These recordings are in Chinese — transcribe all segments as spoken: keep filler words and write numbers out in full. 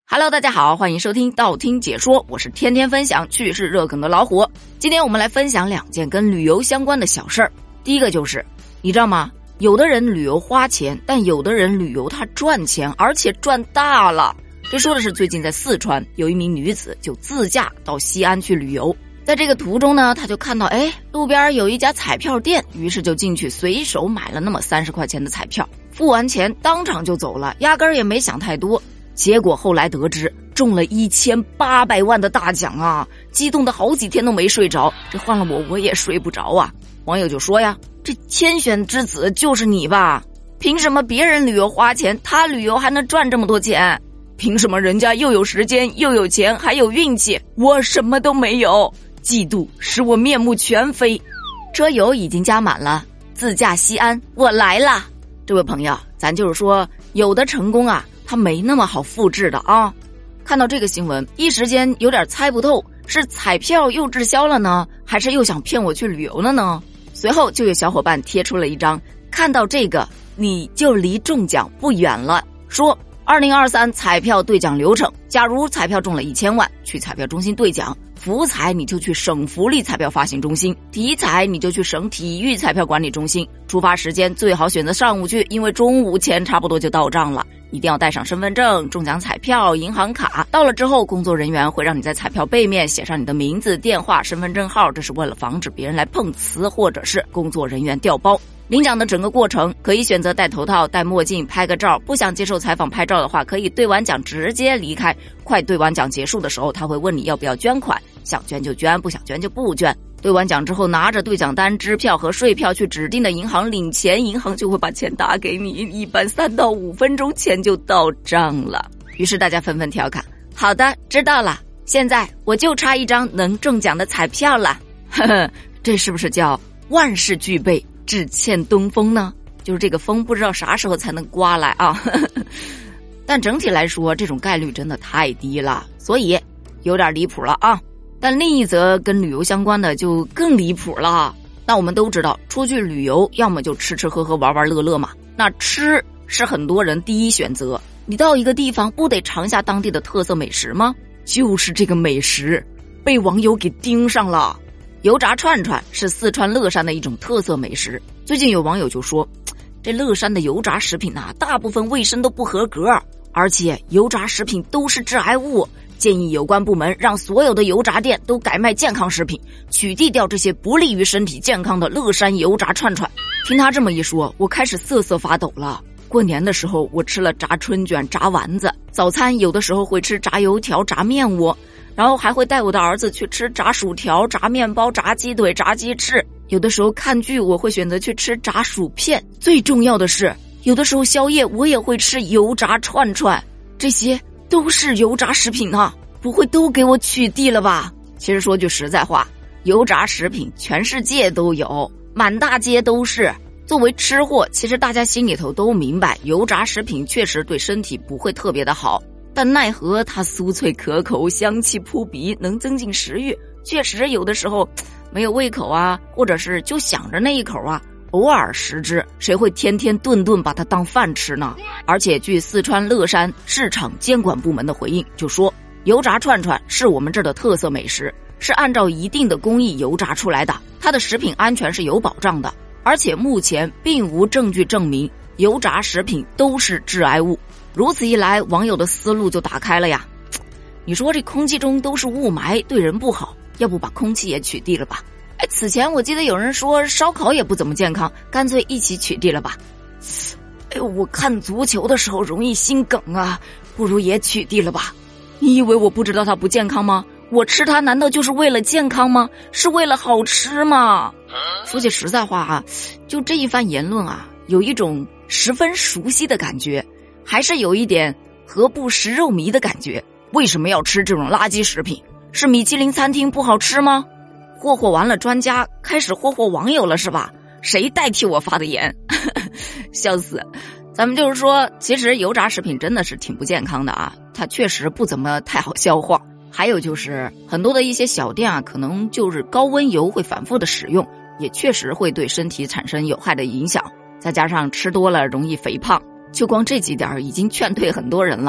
Hello， 大家好，欢迎收听道听解说，我是天天分享趣事热梗的老虎。今天我们来分享两件跟旅游相关的小事儿。第一个就是，你知道吗？有的人旅游花钱，但有的人旅游他赚钱，而且赚大了。这说的是最近在四川有一名女子就自驾到西安去旅游，在这个途中呢，她就看到哎路边有一家彩票店，于是就进去随手买了那么三十块钱的彩票，付完钱当场就走了，压根儿也没想太多。结果后来得知中了一千八百万的大奖啊，激动的好几天都没睡着，这换了我我也睡不着啊。网友就说呀，这天选之子就是你吧，凭什么别人旅游花钱，他旅游还能赚这么多钱？凭什么人家又有时间又有钱还有运气，我什么都没有？嫉妒使我面目全非。车油已经加满了，自驾西安我来啦。这位朋友，咱就是说有的成功啊它没那么好复制的啊！看到这个新闻，一时间有点猜不透，是彩票又滞销了呢，还是又想骗我去旅游了呢？随后就有小伙伴贴出了一张，看到这个你就离中奖不远了，说二零二三彩票兑奖流程，假如彩票中了一千万，去彩票中心兑奖，福彩你就去省福利彩票发行中心，体彩你就去省体育彩票管理中心，出发时间最好选择上午去，因为中午钱差不多就到账了。一定要带上身份证、中奖彩票、银行卡，到了之后工作人员会让你在彩票背面写上你的名字、电话、身份证号，这是为了防止别人来碰瓷或者是工作人员调包。领奖的整个过程可以选择戴头套、戴墨镜拍个照，不想接受采访拍照的话可以兑完奖直接离开。快兑完奖结束的时候他会问你要不要捐款，想捐就捐，不想捐就不捐。兑完奖之后拿着兑奖单、支票和税票去指定的银行领钱，银行就会把钱打给你，一般三到五分钟钱就到账了。于是大家纷纷调侃，好的知道了，现在我就差一张能中奖的彩票了。呵呵，这是不是叫万事俱备只欠东风呢？就是这个风不知道啥时候才能刮来啊。但整体来说这种概率真的太低了，所以有点离谱了啊。但另一则跟旅游相关的就更离谱了。那我们都知道出去旅游要么就吃吃喝喝玩玩乐乐嘛，那吃是很多人第一选择，你到一个地方不得尝下当地的特色美食吗？就是这个美食被网友给盯上了。油炸串串是四川乐山的一种特色美食，最近有网友就说，这乐山的油炸食品啊，大部分卫生都不合格，而且油炸食品都是致癌物，建议有关部门让所有的油炸店都改卖健康食品，取缔掉这些不利于身体健康的乐山油炸串串。听他这么一说，我开始瑟瑟发抖了。过年的时候我吃了炸春卷、炸丸子，早餐有的时候会吃炸油条、炸面窝，然后还会带我的儿子去吃炸薯条、炸面包、炸鸡腿、炸鸡翅。有的时候看剧我会选择去吃炸薯片，最重要的是有的时候宵夜我也会吃油炸串串，这些都是油炸食品啊，不会都给我取缔了吧？其实说句实在话，油炸食品全世界都有，满大街都是。作为吃货，其实大家心里头都明白，油炸食品确实对身体不会特别的好，但奈何它酥脆可口，香气扑鼻，能增进食欲，确实有的时候没有胃口啊，或者是就想着那一口啊，偶尔食之，谁会天天顿顿把它当饭吃呢？而且据四川乐山市场监管部门的回应，就说油炸串串是我们这儿的特色美食，是按照一定的工艺油炸出来的，它的食品安全是有保障的，而且目前并无证据证明油炸食品都是致癌物。如此一来，网友的思路就打开了呀。你说这空气中都是雾霾，对人不好，要不把空气也取缔了吧？哎，此前我记得有人说烧烤也不怎么健康，干脆一起取缔了吧？哎，我看足球的时候容易心梗啊，不如也取缔了吧？你以为我不知道它不健康吗？我吃它难道就是为了健康吗？是为了好吃吗？说句实在话啊，就这一番言论啊，有一种十分熟悉的感觉，还是有一点何不食肉糜的感觉。为什么要吃这种垃圾食品？是米其林餐厅不好吃吗？霍霍完了专家，开始霍霍网友了是吧？谁代替我发的言？笑死。咱们就是说，其实油炸食品真的是挺不健康的啊，它确实不怎么太好消化。还有就是很多的一些小店啊，可能就是高温油会反复的使用，也确实会对身体产生有害的影响。再加上吃多了容易肥胖，就光这几点已经劝退很多人了。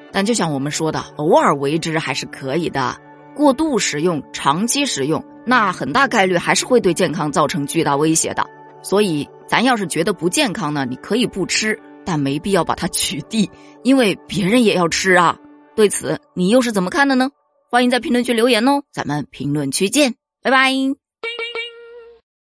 但就像我们说的，偶尔为之还是可以的。过度食用、长期食用，那很大概率还是会对健康造成巨大威胁的。所以咱要是觉得不健康呢，你可以不吃，但没必要把它取缔，因为别人也要吃啊。对此你又是怎么看的呢？欢迎在评论区留言哦，咱们评论区见，拜拜。